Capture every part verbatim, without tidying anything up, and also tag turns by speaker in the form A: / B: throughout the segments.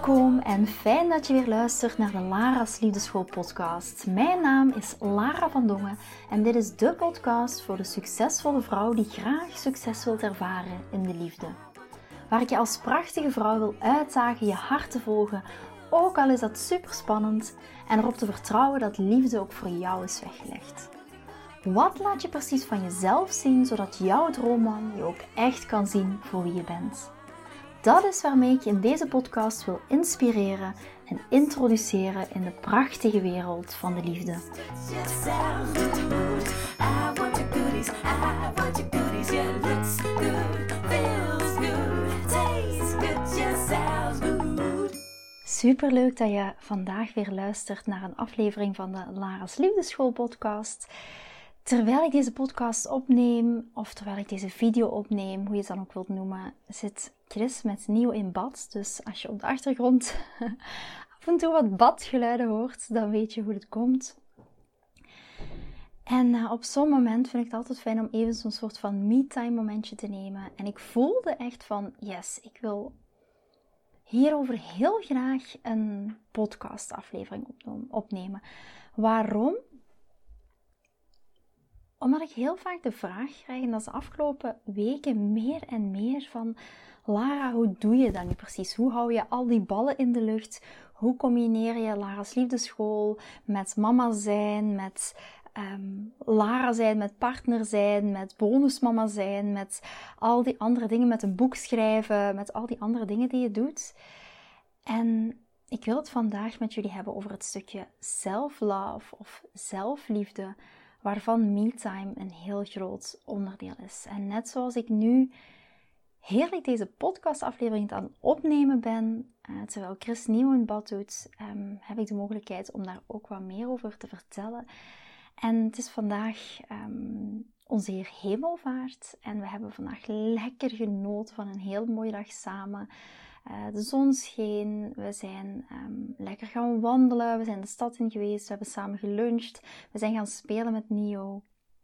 A: Welkom en fijn dat je weer luistert naar de Lara's Liefdeschool podcast. Mijn naam is Lara van Dongen en dit is de podcast voor de succesvolle vrouw die graag succes wilt ervaren in de liefde. Waar ik je als prachtige vrouw wil uitdagen je hart te volgen, ook al is dat super spannend, en erop te vertrouwen dat liefde ook voor jou is weggelegd. Wat laat je precies van jezelf zien, zodat jouw droomman je ook echt kan zien voor wie je bent? Dat is waarmee ik je in deze podcast wil inspireren en introduceren in de prachtige wereld van de liefde. Super leuk dat je vandaag weer luistert naar een aflevering van de Lara's Liefdeschool podcast. Terwijl ik deze podcast opneem, of terwijl ik deze video opneem, hoe je het dan ook wilt noemen, zit Chris met Nio in bad. Dus als je op de achtergrond af en toe wat badgeluiden hoort, dan weet je hoe het komt. En uh, op zo'n moment vind ik het altijd fijn om even zo'n soort van me-time momentje te nemen. En ik voelde echt van, yes, ik wil hierover heel graag een podcastaflevering opnemen. Waarom? Omdat ik heel vaak de vraag krijg, en dat is de afgelopen weken meer en meer van... Lara, hoe doe je dat nu precies? Hoe hou je al die ballen in de lucht? Hoe combineer je Lara's Liefdeschool met mama zijn, met um, Lara zijn, met partner zijn, met bonusmama zijn, met al die andere dingen, met een boek schrijven, met al die andere dingen die je doet? En ik wil het vandaag met jullie hebben over het stukje self-love of zelfliefde, waarvan me-time een heel groot onderdeel is. En net zoals ik nu heerlijk deze podcastaflevering aan het opnemen ben, uh, terwijl Chris Nio in bad doet, um, heb ik de mogelijkheid om daar ook wat meer over te vertellen. En het is vandaag um, onze Heer Hemelvaart en we hebben vandaag lekker genoten van een heel mooie dag samen. Uh, de zon scheen, we zijn um, lekker gaan wandelen, we zijn de stad in geweest, we hebben samen geluncht, we zijn gaan spelen met Nio.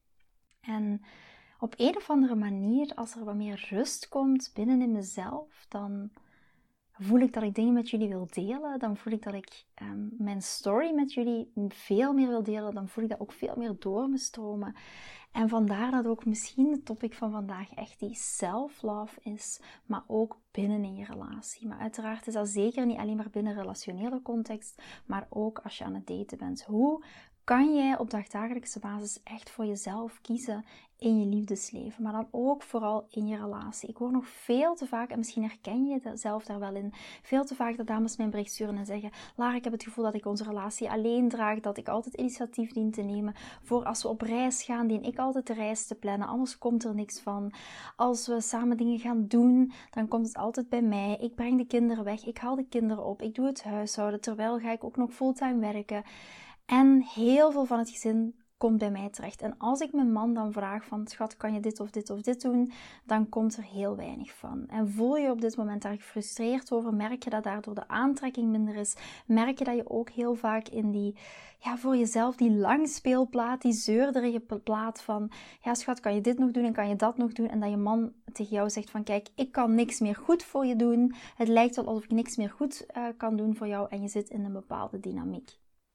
A: En op een of andere manier, als er wat meer rust komt binnen in mezelf, dan voel ik dat ik dingen met jullie wil delen. Dan voel ik dat ik um, mijn story met jullie veel meer wil delen. Dan voel ik dat ook veel meer door me stromen. En vandaar dat ook misschien het topic van vandaag echt die self-love is, maar ook binnen in je relatie. Maar uiteraard is dat zeker niet alleen maar binnen relationele context, maar ook als je aan het daten bent. Hoe kan jij op dagdagelijkse basis echt voor jezelf kiezen in je liefdesleven, maar dan ook vooral in je relatie? Ik hoor nog veel te vaak, en misschien herken je jezelf daar wel in, veel te vaak dat dames mijn bericht sturen en zeggen: Lara, ik heb het gevoel dat ik onze relatie alleen draag, dat ik altijd initiatief dien te nemen voor als we op reis gaan, dien ik altijd de reis te plannen, anders komt er niks van. Als we samen dingen gaan doen, dan komt het altijd bij mij. Ik breng de kinderen weg, ik haal de kinderen op, ik doe het huishouden, terwijl ga ik ook nog fulltime werken. En heel veel van het gezin komt bij mij terecht. En als ik mijn man dan vraag van, schat, kan je dit of dit of dit doen? Dan komt er heel weinig van. En voel je op dit moment daar gefrustreerd over? Merk je dat daardoor de aantrekking minder is? Merk je dat je ook heel vaak in die, ja, voor jezelf die langspeelplaat, die zeurderige plaat van, ja schat, kan je dit nog doen en kan je dat nog doen? En dat je man tegen jou zegt van, kijk, ik kan niks meer goed voor je doen. Het lijkt wel alsof ik niks meer goed uh, kan doen voor jou. En je zit in een bepaalde dynamiek.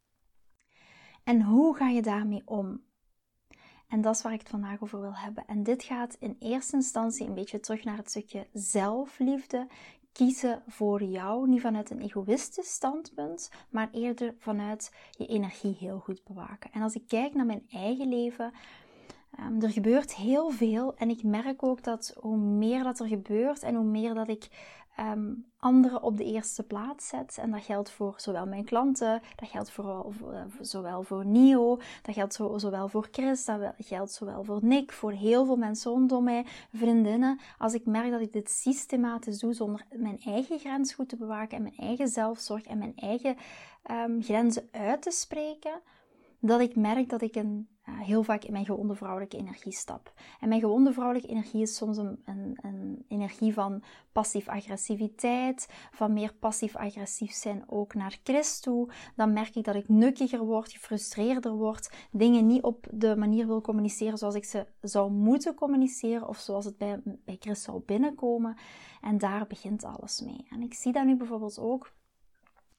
A: En hoe ga je daarmee om? En dat is waar ik het vandaag over wil hebben. En dit gaat in eerste instantie een beetje terug naar het stukje zelfliefde. Kiezen voor jou, niet vanuit een egoïstisch standpunt, maar eerder vanuit je energie heel goed bewaken. En als ik kijk naar mijn eigen leven, um, er gebeurt heel veel. En ik merk ook dat hoe meer dat er gebeurt en hoe meer dat ik Um, anderen op de eerste plaats zet. En dat geldt voor zowel mijn klanten, dat geldt vooral voor, uh, zowel voor Nio, dat geldt zo, zowel voor Chris, dat geldt zowel voor Nick, voor heel veel mensen rondom mij, vriendinnen. Als ik merk dat ik dit systematisch doe zonder mijn eigen grens goed te bewaken en mijn eigen zelfzorg en mijn eigen um, grenzen uit te spreken, dat ik merk dat ik een, uh, heel vaak in mijn gewonde vrouwelijke energie stap. En mijn gewonde vrouwelijke energie is soms een, een, een energie van passief-agressiviteit, van meer passief-agressief zijn ook naar Chris toe. Dan merk ik dat ik nukkiger word, gefrustreerder word, dingen niet op de manier wil communiceren zoals ik ze zou moeten communiceren of zoals het bij, bij Chris zou binnenkomen. En daar begint alles mee. En ik zie dat nu bijvoorbeeld ook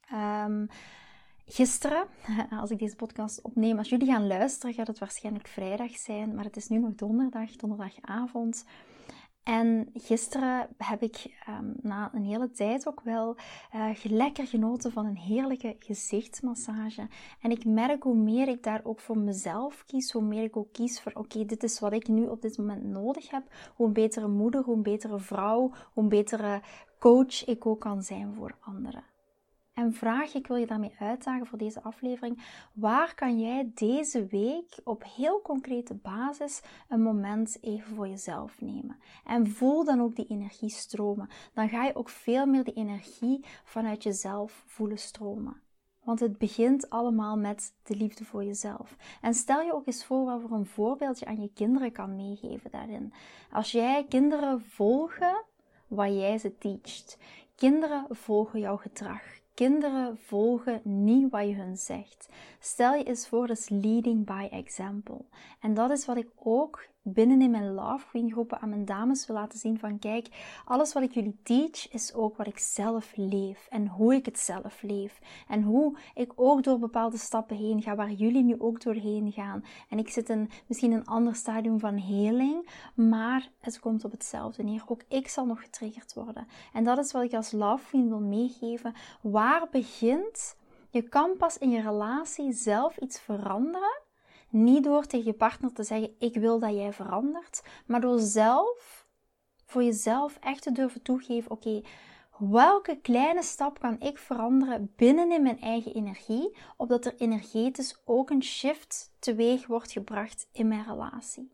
A: Um, gisteren, als ik deze podcast opneem, als jullie gaan luisteren, gaat het waarschijnlijk vrijdag zijn. Maar het is nu nog donderdag, donderdagavond. En gisteren heb ik um, na een hele tijd ook wel uh, lekker genoten van een heerlijke gezichtsmassage. En ik merk hoe meer ik daar ook voor mezelf kies, hoe meer ik ook kies voor oké, okay, dit is wat ik nu op dit moment nodig heb. Hoe een betere moeder, hoe een betere vrouw, hoe een betere coach ik ook kan zijn voor anderen. En vraag, ik wil je daarmee uitdagen voor deze aflevering, waar kan jij deze week op heel concrete basis een moment even voor jezelf nemen? En voel dan ook die energie stromen. Dan ga je ook veel meer die energie vanuit jezelf voelen stromen. Want het begint allemaal met de liefde voor jezelf. En stel je ook eens voor wat voor een voorbeeld je aan je kinderen kan meegeven daarin. Als jij kinderen volgen wat jij ze teacht. Kinderen volgen jouw gedrag. Kinderen volgen niet wat je hun zegt. Stel je eens voor, dat is leading by example. En dat is wat ik ook binnen in mijn Love Queen groepen aan mijn dames wil laten zien van kijk, alles wat ik jullie teach is ook wat ik zelf leef en hoe ik het zelf leef. En hoe ik ook door bepaalde stappen heen ga waar jullie nu ook doorheen gaan. En ik zit in misschien een ander stadium van heling, maar het komt op hetzelfde neer. Ook ik zal nog getriggerd worden. En dat is wat ik als Love Queen wil meegeven. Waar begint? Je kan pas in je relatie zelf iets veranderen. Niet door tegen je partner te zeggen, ik wil dat jij verandert. Maar door zelf, voor jezelf echt te durven toegeven, oké, okay, welke kleine stap kan ik veranderen binnen in mijn eigen energie, opdat er energetisch ook een shift teweeg wordt gebracht in mijn relatie.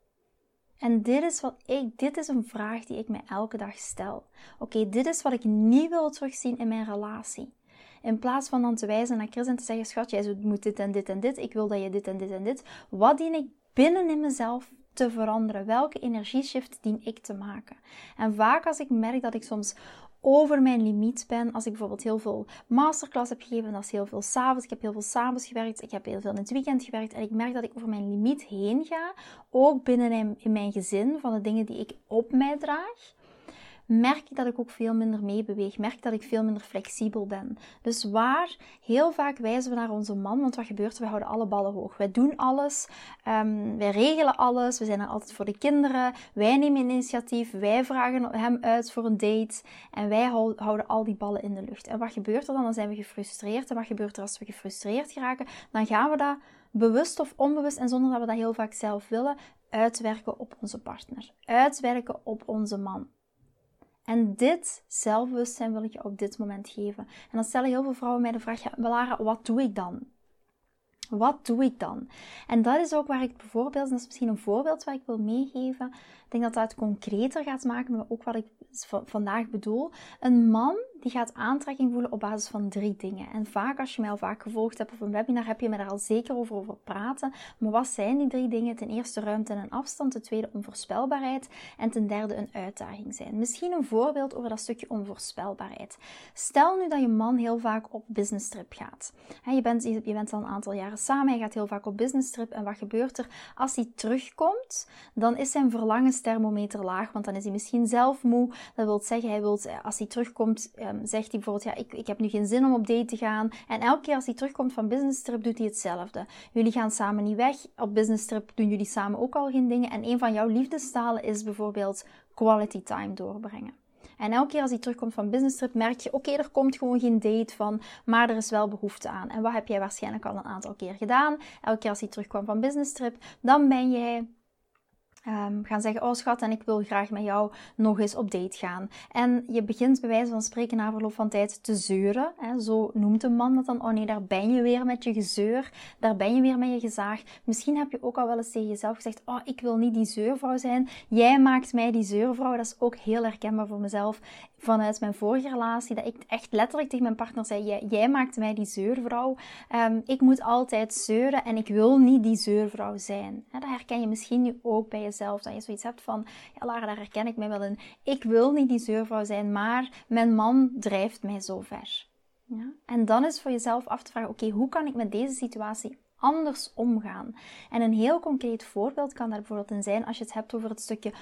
A: En dit is, wat ik, dit is een vraag die ik me elke dag stel. Oké, okay, dit is wat ik niet wil terugzien in mijn relatie. In plaats van dan te wijzen naar Chris en te zeggen, schat, jij moet dit en dit en dit. Ik wil dat je dit en dit en dit. Wat dien ik binnen in mezelf te veranderen? Welke energieshift dien ik te maken? En vaak als ik merk dat ik soms over mijn limiet ben, als ik bijvoorbeeld heel veel masterclass heb gegeven, dat is heel veel 's avonds, ik heb heel veel 's avonds gewerkt, ik heb heel veel in het weekend gewerkt en ik merk dat ik over mijn limiet heen ga, ook binnen in mijn gezin, van de dingen die ik op mij draag, merk ik dat ik ook veel minder meebeweeg. Merk dat ik veel minder flexibel ben. Dus waar, heel vaak wijzen we naar onze man, want wat gebeurt er? We houden alle ballen hoog. Wij doen alles, um, wij regelen alles, we zijn er altijd voor de kinderen, wij nemen initiatief, wij vragen hem uit voor een date en wij houden al die ballen in de lucht. En wat gebeurt er dan? Dan zijn we gefrustreerd. En wat gebeurt er als we gefrustreerd geraken? Dan gaan we dat bewust of onbewust en zonder dat we dat heel vaak zelf willen, uitwerken op onze partner. Uitwerken op onze man. En dit zelfbewustzijn wil ik je op dit moment geven. En dan stellen heel veel vrouwen mij de vraag, ja, Lara, wat doe ik dan? Wat doe ik dan? En dat is ook waar ik bijvoorbeeld, en dat is misschien een voorbeeld waar ik wil meegeven. Ik denk dat dat het concreter gaat maken, maar ook wat ik vandaag bedoel. Een man die gaat aantrekking voelen op basis van drie dingen. En vaak, als je mij al vaak gevolgd hebt op een webinar, heb je me daar al zeker over, over praten. Maar wat zijn die drie dingen? Ten eerste ruimte en afstand. Ten tweede onvoorspelbaarheid. En ten derde een uitdaging zijn. Misschien een voorbeeld over dat stukje onvoorspelbaarheid. Stel nu dat je man heel vaak op business trip gaat. Je bent, je bent al een aantal jaren samen. Hij gaat heel vaak op business trip. En wat gebeurt er? Als hij terugkomt, dan is zijn verlangensthermometer laag. Want dan is hij misschien zelf moe. Dat wil zeggen, hij wilt, als hij terugkomt, um, zegt hij bijvoorbeeld, ja, ik, ik heb nu geen zin om op date te gaan. En elke keer als hij terugkomt van business trip, doet hij hetzelfde. Jullie gaan samen niet weg. Op business trip doen jullie samen ook al geen dingen. En een van jouw liefdestalen is bijvoorbeeld quality time doorbrengen. En elke keer als hij terugkomt van business trip, merk je, oké, okay, er komt gewoon geen date van, maar er is wel behoefte aan. En wat heb jij waarschijnlijk al een aantal keer gedaan? Elke keer als hij terugkwam van business trip, dan ben jij Um, gaan zeggen, oh schat, en ik wil graag met jou nog eens op date gaan. En je begint bij wijze van spreken na verloop van tijd te zeuren. Hè? Zo noemt een man dat dan. Oh nee, daar ben je weer met je gezeur. Daar ben je weer met je gezaag. Misschien heb je ook al wel eens tegen jezelf gezegd, oh, ik wil niet die zeurvrouw zijn. Jij maakt mij die zeurvrouw. Dat is ook heel herkenbaar voor mezelf. Vanuit mijn vorige relatie, dat ik echt letterlijk tegen mijn partner zei, jij, jij maakt mij die zeurvrouw. Um, ik moet altijd zeuren en ik wil niet die zeurvrouw zijn. Hè? Dat herken je misschien nu ook bij jezelf. Dat je zoiets hebt van, ja Lara, daar herken ik mij wel in. Ik wil niet die zeurvrouw zijn, maar mijn man drijft mij zo ver. Ja? En dan is voor jezelf af te vragen, oké, okay, hoe kan ik met deze situatie anders omgaan? En een heel concreet voorbeeld kan daar bijvoorbeeld in zijn, als je het hebt over het stukje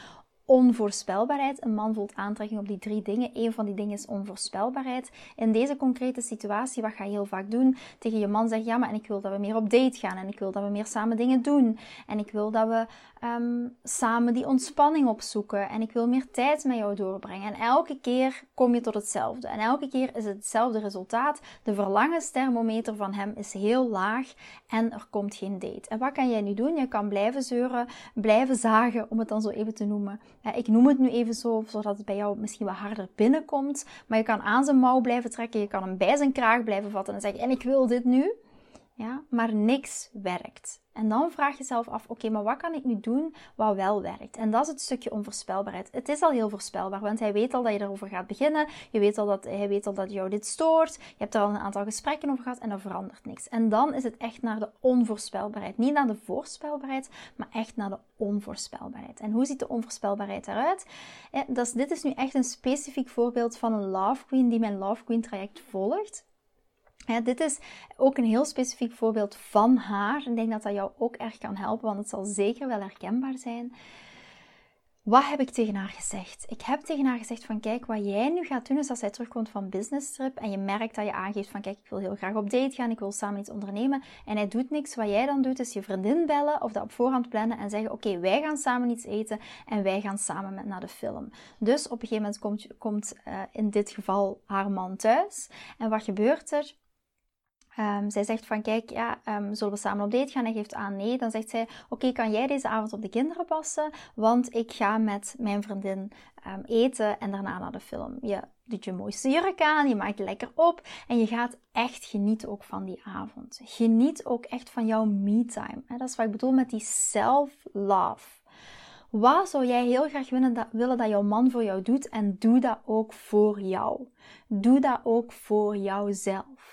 A: onvoorspelbaarheid. Een man voelt aantrekking op die drie dingen. Eén van die dingen is onvoorspelbaarheid. In deze concrete situatie, wat ga je heel vaak doen? Tegen je man zeg, ja, maar en ik wil dat we meer op date gaan. En ik wil dat we meer samen dingen doen. En ik wil dat we um, samen die ontspanning opzoeken. En ik wil meer tijd met jou doorbrengen. En elke keer kom je tot hetzelfde. En elke keer is het hetzelfde resultaat. De verlangensthermometer van hem is heel laag. En er komt geen date. En wat kan jij nu doen? Je kan blijven zeuren, blijven zagen, om het dan zo even te noemen. Ik noem het nu even zo, zodat het bij jou misschien wat harder binnenkomt. Maar je kan aan zijn mouw blijven trekken. Je kan hem bij zijn kraag blijven vatten en zeggen, en ik wil dit nu. Ja, maar niks werkt. En dan vraag je jezelf af, oké, okay, maar wat kan ik nu doen wat wel werkt? En dat is het stukje onvoorspelbaarheid. Het is al heel voorspelbaar, want hij weet al dat je erover gaat beginnen. Je weet al dat, hij weet al dat jou dit stoort. Je hebt er al een aantal gesprekken over gehad en er verandert niks. En dan is het echt naar de onvoorspelbaarheid. Niet naar de voorspelbaarheid, maar echt naar de onvoorspelbaarheid. En hoe ziet de onvoorspelbaarheid eruit? Eh, dat is, dit is nu echt een specifiek voorbeeld van een Love Queen die mijn Love Queen traject volgt. Ja, dit is ook een heel specifiek voorbeeld van haar. Ik denk dat dat jou ook erg kan helpen, want het zal zeker wel herkenbaar zijn. Wat heb ik tegen haar gezegd? Ik heb tegen haar gezegd van, kijk, wat jij nu gaat doen is als zij terugkomt van business trip en je merkt dat je aangeeft van, kijk, ik wil heel graag op date gaan, ik wil samen iets ondernemen en hij doet niks. Wat jij dan doet is je vriendin bellen of dat op voorhand plannen en zeggen, oké, okay, wij gaan samen iets eten en wij gaan samen met naar de film. Dus op een gegeven moment komt, komt uh, in dit geval haar man thuis en wat gebeurt er? Um, zij zegt van, kijk, ja, um, zullen we samen op date gaan? Hij geeft aan nee. Dan zegt zij, oké, okay, kan jij deze avond op de kinderen passen? Want ik ga met mijn vriendin um, eten en daarna naar de film. Je doet je mooiste jurk aan, je maakt je lekker op en je gaat echt genieten ook van die avond. Geniet ook echt van jouw me-time. Dat is wat ik bedoel met die self-love. Wat zou jij heel graag willen dat, willen dat jouw man voor jou doet? En doe dat ook voor jou. Doe dat ook voor jouzelf.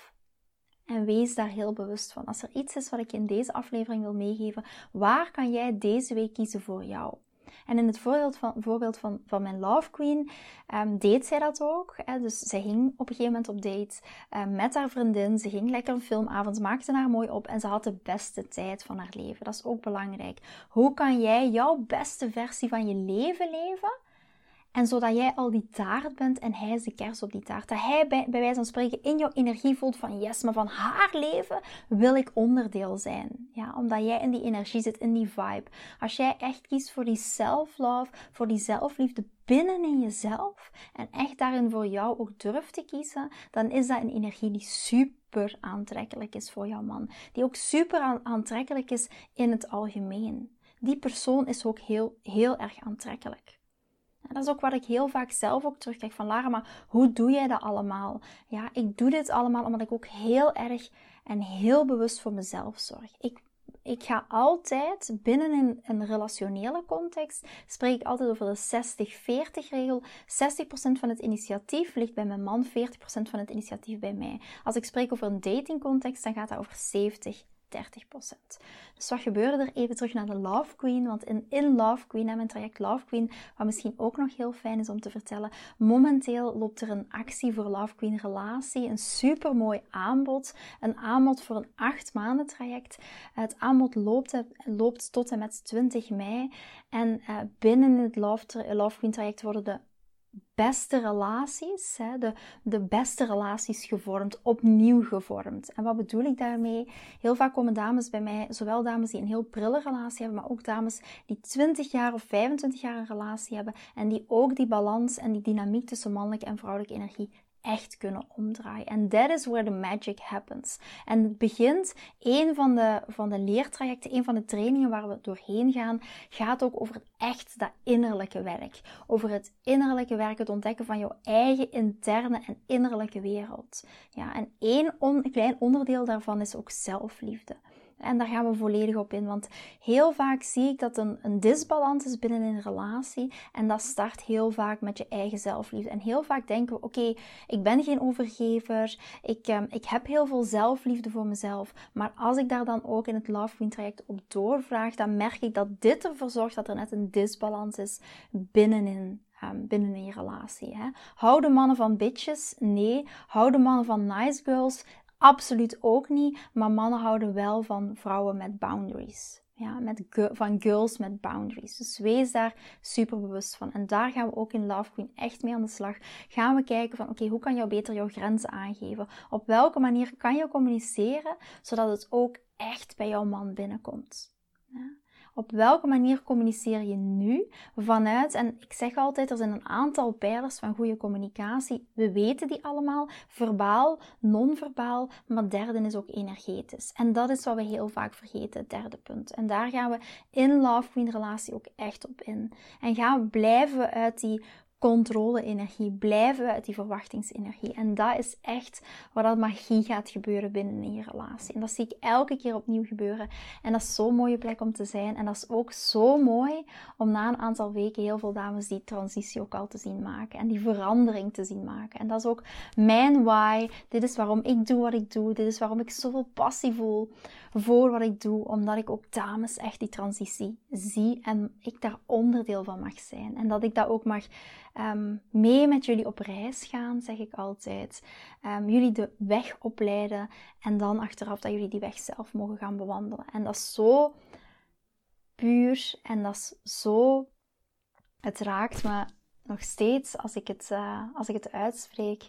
A: En wees daar heel bewust van. Als er iets is wat ik in deze aflevering wil meegeven, waar kan jij deze week kiezen voor jou? En in het voorbeeld van, voorbeeld van, van mijn Love Queen um, deed zij dat ook. Hè? Dus zij ging op een gegeven moment op date um, met haar vriendin. Ze ging lekker een filmavond, maakte haar mooi op en ze had de beste tijd van haar leven. Dat is ook belangrijk. Hoe kan jij jouw beste versie van je leven leven? En zodat jij al die taart bent en hij is de kers op die taart. Dat hij bij, bij wijze van spreken in jouw energie voelt van yes, maar van haar leven wil ik onderdeel zijn. Ja, omdat jij in die energie zit, in die vibe. Als jij echt kiest voor die self-love, voor die zelfliefde binnenin jezelf en echt daarin voor jou ook durft te kiezen, dan is dat een energie die super aantrekkelijk is voor jouw man. Die ook super aantrekkelijk is in het algemeen. Die persoon is ook heel, heel erg aantrekkelijk. En dat is ook wat ik heel vaak zelf ook terugkrijg van Lara, maar hoe doe jij dat allemaal? Ja, ik doe dit allemaal omdat ik ook heel erg en heel bewust voor mezelf zorg. Ik, ik ga altijd binnen een, een relationele context, spreek ik altijd over de zestig veertig regel. zestig procent van het initiatief ligt bij mijn man, veertig procent van het initiatief bij mij. Als ik spreek over een datingcontext, dan gaat dat over zeventig dertig procent. Dus wat gebeurde er? Even terug naar de Love Queen, want in, in Love Queen, mijn traject Love Queen, wat misschien ook nog heel fijn is om te vertellen, momenteel loopt er een actie voor Love Queen relatie, een supermooi aanbod, een aanbod voor een acht maanden traject. Het aanbod loopt, loopt tot en met twintig mei en uh, binnen het Love, Love Queen traject worden de beste relaties, hè, de, de beste relaties gevormd, opnieuw gevormd. En wat bedoel ik daarmee? Heel vaak komen dames bij mij, zowel dames die een heel prille relatie hebben, maar ook dames die twintig jaar of vijfentwintig jaar een relatie hebben en die ook die balans en die dynamiek tussen mannelijke en vrouwelijke energie echt kunnen omdraaien. En that is where the magic happens. En het begint, een van de, van de leertrajecten, een van de trainingen waar we doorheen gaan, gaat ook over het echt dat innerlijke werk. Over het innerlijke werk, het ontdekken van jouw eigen interne en innerlijke wereld. Ja, en één on, klein onderdeel daarvan is ook zelfliefde. En daar gaan we volledig op in, want heel vaak zie ik dat een, een disbalans is binnen een relatie en dat start heel vaak met je eigen zelfliefde. En heel vaak denken we, oké, okay, ik ben geen overgever, ik, um, ik heb heel veel zelfliefde voor mezelf, maar als ik daar dan ook in het Love Queen traject op doorvraag, dan merk ik dat dit ervoor zorgt dat er net een disbalans is binnenin. Um, binnen een relatie. Hè. Houden mannen van bitches? Nee. Houden mannen van nice girls? Absoluut ook niet, maar mannen houden wel van vrouwen met boundaries. Ja, met van girls met boundaries. Dus wees daar super bewust van. En daar gaan we ook in Love Queen echt mee aan de slag. Gaan we kijken van, oké, okay, hoe kan je beter jouw grenzen aangeven? Op welke manier kan je communiceren, zodat het ook echt bij jouw man binnenkomt? Ja. Op welke manier communiceer je nu vanuit, en ik zeg altijd, er zijn een aantal pijlers van goede communicatie. We weten die allemaal, verbaal, non-verbaal, maar derde is ook energetisch. En dat is wat we heel vaak vergeten, het derde punt. En daar gaan we in Love Queen relatie ook echt op in. En gaan we blijven uit die controle-energie, blijven uit die verwachtingsenergie. En dat is echt waar dat magie gaat gebeuren binnen in je relatie. En dat zie ik elke keer opnieuw gebeuren. En dat is zo'n mooie plek om te zijn. En dat is ook zo mooi om na een aantal weken heel veel dames die transitie ook al te zien maken. En die verandering te zien maken. En dat is ook mijn why. Dit is waarom ik doe wat ik doe. Dit is waarom ik zoveel passie voel voor wat ik doe. Omdat ik ook dames echt die transitie zie. En ik daar onderdeel van mag zijn. En dat ik dat ook mag Um, mee met jullie op reis gaan, zeg ik altijd. Um, jullie de weg opleiden en dan achteraf dat jullie die weg zelf mogen gaan bewandelen. En dat is zo puur en dat is zo... Het raakt me nog steeds als ik het, uh, als ik het uitspreek.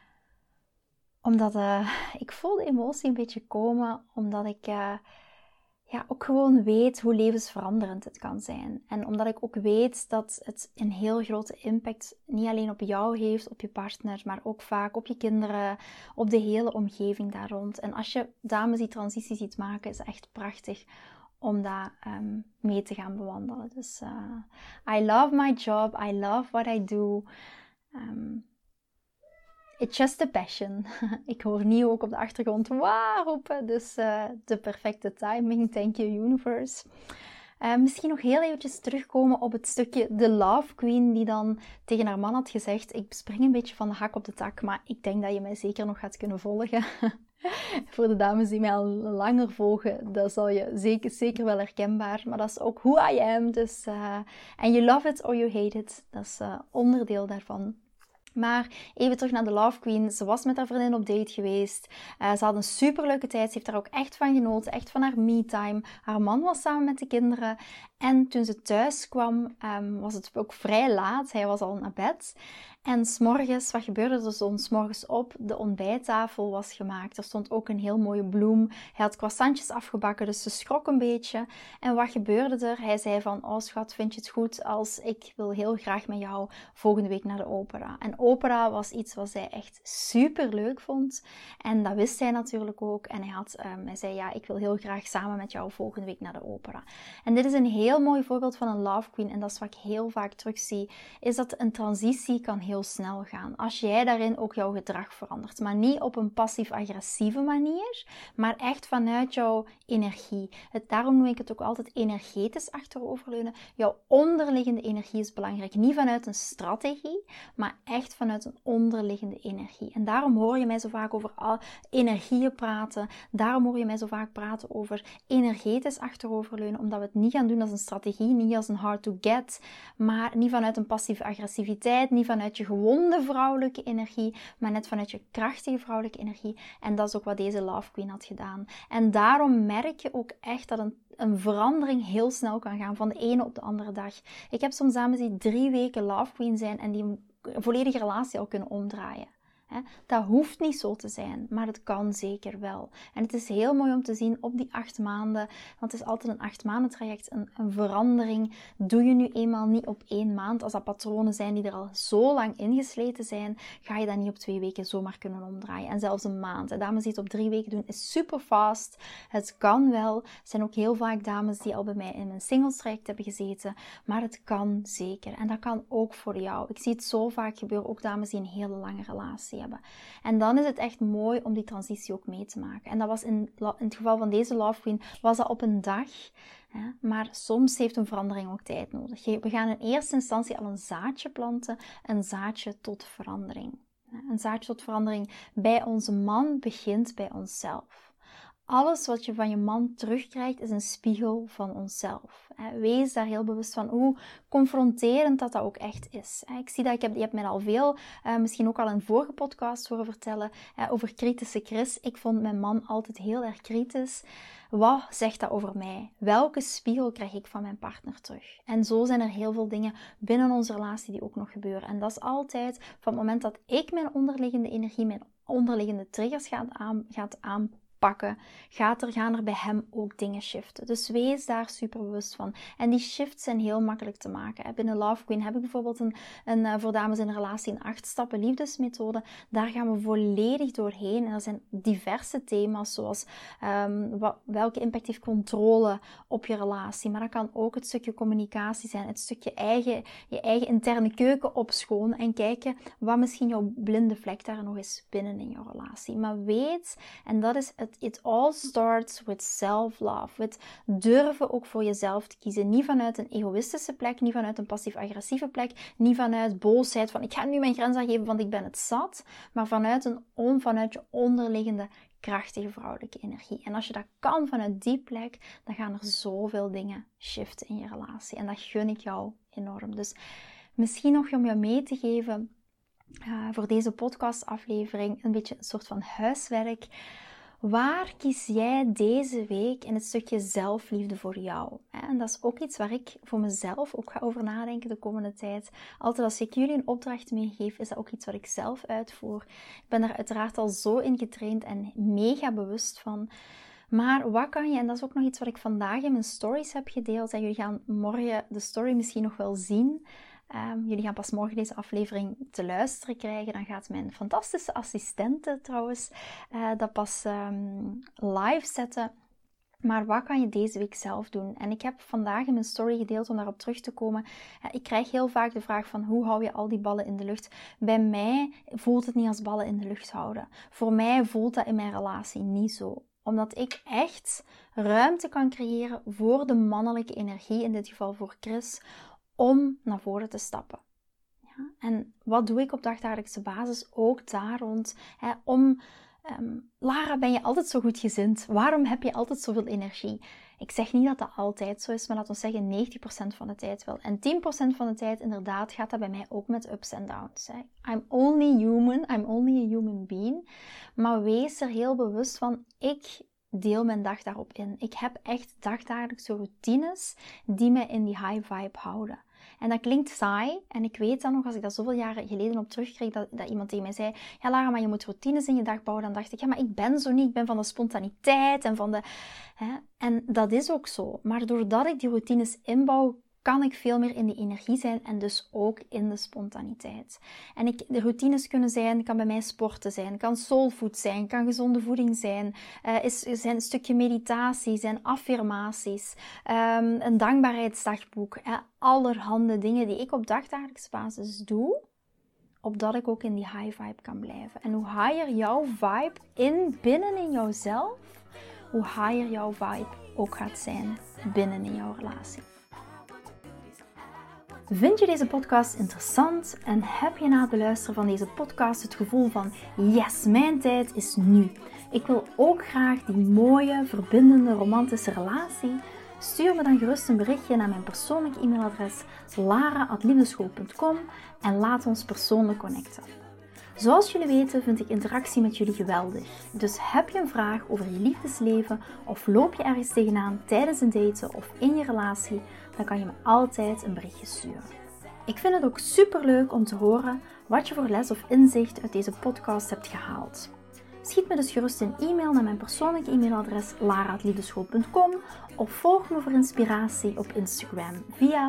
A: Omdat uh, ik voel de emotie een beetje komen, omdat ik... Uh, Ja, ook gewoon weet hoe levensveranderend het kan zijn. En omdat ik ook weet dat het een heel grote impact niet alleen op jou heeft, op je partner, maar ook vaak op je kinderen, op de hele omgeving daar rond. En als je dames die transitie ziet maken, is het echt prachtig om dat um, mee te gaan bewandelen. Dus uh, I love my job, I love what I do. Um, It's just a passion. Ik hoor nu ook op de achtergrond waar roepen. Dus uh, de perfecte timing. Thank you, universe. Uh, misschien nog heel eventjes terugkomen op het stukje de Love Queen die dan tegen haar man had gezegd. Ik spring een beetje van de hak op de tak, maar ik denk dat je mij zeker nog gaat kunnen volgen. Voor de dames die mij al langer volgen, dat zal je zeker, zeker wel herkenbaar. Maar dat is ook who I am. Dus, uh, and you love it or you hate it. Dat is uh, onderdeel daarvan. Maar even terug naar de Love Queen. Ze was met haar vriendin op date geweest. Uh, ze had een superleuke tijd. Ze heeft daar ook echt van genoten. Echt van haar me-time. Haar man was samen met de kinderen. En toen ze thuis kwam, um, was het ook vrij laat. Hij was al naar bed. En 's morgens, wat gebeurde er? Stond 's morgens op, de ontbijttafel was gemaakt. Er stond ook een heel mooie bloem. Hij had croissantjes afgebakken, dus ze schrok een beetje. En wat gebeurde er? Hij zei van, oh schat, vind je het goed als ik wil heel graag met jou volgende week naar de opera? En opera was iets wat zij echt super leuk vond. En dat wist hij natuurlijk ook. En hij, had, um, hij zei, ja, ik wil heel graag samen met jou volgende week naar de opera. En dit is een heel mooi voorbeeld van een Love Queen. En dat is wat ik heel vaak terugzie, is dat een transitie kan heel snel gaan. Als jij daarin ook jouw gedrag verandert. Maar niet op een passief-agressieve manier, maar echt vanuit jouw energie. Het, daarom noem ik het ook altijd energetisch achteroverleunen. Jouw onderliggende energie is belangrijk. Niet vanuit een strategie, maar echt vanuit een onderliggende energie. En daarom hoor je mij zo vaak over al energieën praten. Daarom hoor je mij zo vaak praten over energetisch achteroverleunen, omdat we het niet gaan doen als een strategie, niet als een hard to get, maar niet vanuit een passieve agressiviteit, niet vanuit je gewonde vrouwelijke energie, maar net vanuit je krachtige vrouwelijke energie. En dat is ook wat deze Love Queen had gedaan. En daarom merk je ook echt dat een, een verandering heel snel kan gaan, van de ene op de andere dag. Ik heb soms dames die drie weken Love Queen zijn en die een volledige relatie al kunnen omdraaien. Dat hoeft niet zo te zijn, maar het kan zeker wel. En het is heel mooi om te zien op die acht maanden, want het is altijd een acht maanden traject, een, een verandering. Doe je nu eenmaal niet op één maand. Als dat patronen zijn die er al zo lang ingesleten zijn, ga je dat niet op twee weken zomaar kunnen omdraaien. En zelfs een maand. De dames die het op drie weken doen, is super fast. Het kan wel. Er zijn ook heel vaak dames die al bij mij in een singles traject hebben gezeten, maar het kan zeker. En dat kan ook voor jou. Ik zie het zo vaak gebeuren, ook dames die een hele lange relatie hebben. En dan is het echt mooi om die transitie ook mee te maken. En dat was in, in het geval van deze Love Queen, was dat op een dag. Hè? Maar soms heeft een verandering ook tijd nodig. We gaan in eerste instantie al een zaadje planten, een zaadje tot verandering. Een zaadje tot verandering bij onze man begint bij onszelf. alles wat je van je man terugkrijgt is een spiegel van onszelf. Wees daar heel bewust van hoe confronterend dat dat ook echt is. Ik zie dat, ik heb, je hebt mij al veel, misschien ook al in vorige podcast horen vertellen, over kritische Chris. Ik vond mijn man altijd heel erg kritisch. Wat zegt dat over mij? Welke spiegel krijg ik van mijn partner terug? En zo zijn er heel veel dingen binnen onze relatie die ook nog gebeuren. En dat is altijd van het moment dat ik mijn onderliggende energie, mijn onderliggende triggers gaat, aan, gaat aanpakken. Pakken, gaat er, gaan er bij hem ook dingen shiften. Dus wees daar super bewust van. En die shifts zijn heel makkelijk te maken. Binnen Love Queen heb ik bijvoorbeeld een, een voor dames in een relatie een acht stappen liefdesmethode. Daar gaan we volledig doorheen. En er zijn diverse thema's zoals um, wat, welke impact heeft controle op je relatie. Maar dat kan ook het stukje communicatie zijn. Het stukje eigen, je eigen interne keuken opschonen. En kijken wat misschien jouw blinde vlek daar nog is binnen in jouw relatie. Maar weet, en dat is het It all starts with self-love. With durven ook voor jezelf te kiezen. Niet vanuit een egoïstische plek, niet vanuit een passief-agressieve plek, niet vanuit boosheid van ik ga nu mijn grens aangeven want ik ben het zat, maar vanuit, een on, vanuit je onderliggende krachtige vrouwelijke energie. En als je dat kan vanuit die plek, dan gaan er zoveel dingen shiften in je relatie. En dat gun ik jou enorm. Dus misschien nog om jou mee te geven uh, voor deze podcastaflevering een beetje een soort van huiswerk. Waar kies jij deze week in het stukje zelfliefde voor jou? En dat is ook iets waar ik voor mezelf ook ga over nadenken de komende tijd. Altijd als ik jullie een opdracht meegeef, is dat ook iets wat ik zelf uitvoer. Ik ben daar uiteraard al zo in getraind en mega bewust van. Maar wat kan je, en dat is ook nog iets wat ik vandaag in mijn stories heb gedeeld. En jullie gaan morgen de story misschien nog wel zien. Um, jullie gaan pas morgen deze aflevering te luisteren krijgen. Dan gaat mijn fantastische assistente trouwens uh, dat pas um, live zetten. Maar wat kan je deze week zelf doen? En ik heb vandaag in mijn story gedeeld om daarop terug te komen. Uh, ik krijg heel vaak de vraag van hoe hou je al die ballen in de lucht? Bij mij voelt het niet als ballen in de lucht houden. Voor mij voelt dat in mijn relatie niet zo. Omdat ik echt ruimte kan creëren voor de mannelijke energie, in dit geval voor Chris, om naar voren te stappen. Ja? En wat doe ik op dagdagelijkse basis? Ook daar rond. Hè, om, um, Lara, ben je altijd zo goed gezind? Waarom heb je altijd zoveel energie? Ik zeg niet dat dat altijd zo is, maar laten we zeggen negentig procent van de tijd wel. En tien procent van de tijd inderdaad gaat dat bij mij ook met ups en downs. Hè. I'm only human, I'm only a human being. Maar wees er heel bewust van, ik deel mijn dag daarop in. Ik heb echt dagdagelijkse routines die mij in die high vibe houden. En dat klinkt saai. En ik weet dan nog, als ik dat zoveel jaren geleden op terugkreeg, dat, dat iemand tegen mij zei, ja Lara, maar je moet routines in je dag bouwen. Dan dacht ik, ja, maar ik ben zo niet. Ik ben van de spontaniteit en van de... Hè? En dat is ook zo. Maar doordat ik die routines inbouw, kan ik veel meer in die energie zijn en dus ook in de spontaniteit. En ik, de routines kunnen zijn, kan bij mij sporten zijn, kan soulfood zijn, kan gezonde voeding zijn, uh, is, zijn een stukje meditatie, zijn affirmaties, um, een dankbaarheidsdagboek, uh, allerhande dingen die ik op dagdagelijkse basis doe, opdat ik ook in die high vibe kan blijven. En hoe higher jouw vibe in, binnen in jouzelf, hoe higher jouw vibe ook gaat zijn binnen in jouw relatie. Vind je deze podcast interessant en heb je na het beluisteren van deze podcast het gevoel van yes, mijn tijd is nu. Ik wil ook graag die mooie, verbindende, romantische relatie. Stuur me dan gerust een berichtje naar mijn persoonlijk e-mailadres lara at liefdeschool punt com en laat ons persoonlijk connecten. Zoals jullie weten vind ik interactie met jullie geweldig. Dus heb je een vraag over je liefdesleven of loop je ergens tegenaan tijdens een daten of in je relatie, dan kan je me altijd een berichtje sturen. Ik vind het ook superleuk om te horen wat je voor les of inzicht uit deze podcast hebt gehaald. Schiet me dus gerust een e-mail naar mijn persoonlijke e-mailadres lara at liefdeschool punt com of volg me voor inspiratie op Instagram via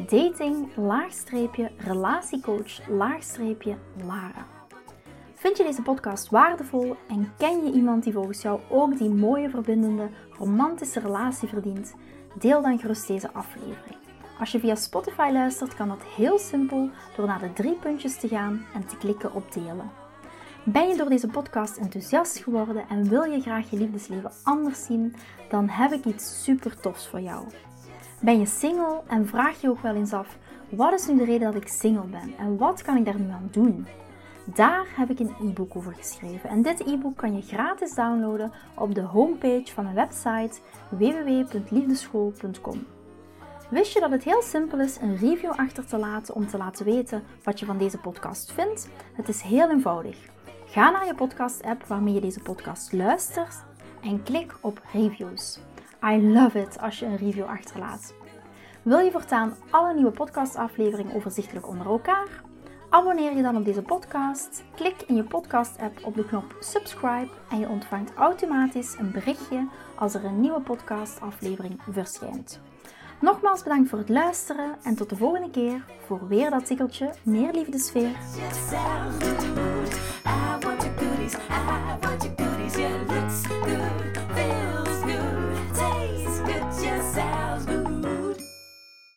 A: dating-relatiecoach-lara. Vind je deze podcast waardevol en ken je iemand die volgens jou ook die mooie, verbindende, romantische relatie verdient? Deel dan gerust deze aflevering. Als je via Spotify luistert, kan dat heel simpel door naar de drie puntjes te gaan en te klikken op delen. Ben je door deze podcast enthousiast geworden en wil je graag je liefdesleven anders zien, dan heb ik iets super tofs voor jou. Ben je single en vraag je ook wel eens af, wat is nu de reden dat ik single ben en wat kan ik daar nu aan doen? Daar heb ik een e-book over geschreven en dit e-book kan je gratis downloaden op de homepage van mijn website w w w punt liefdeschool punt com. Wist je dat het heel simpel is een review achter te laten om te laten weten wat je van deze podcast vindt? Het is heel eenvoudig. Ga naar je podcast-app waarmee je deze podcast luistert en klik op reviews. I love it als je een review achterlaat. Wil je voortaan alle nieuwe podcastafleveringen overzichtelijk onder elkaar? Abonneer je dan op deze podcast, klik in je podcast-app op de knop subscribe en je ontvangt automatisch een berichtje als er een nieuwe podcastaflevering verschijnt. Nogmaals bedankt voor het luisteren en tot de volgende keer voor weer dat tikkeltje meer liefdesfeer.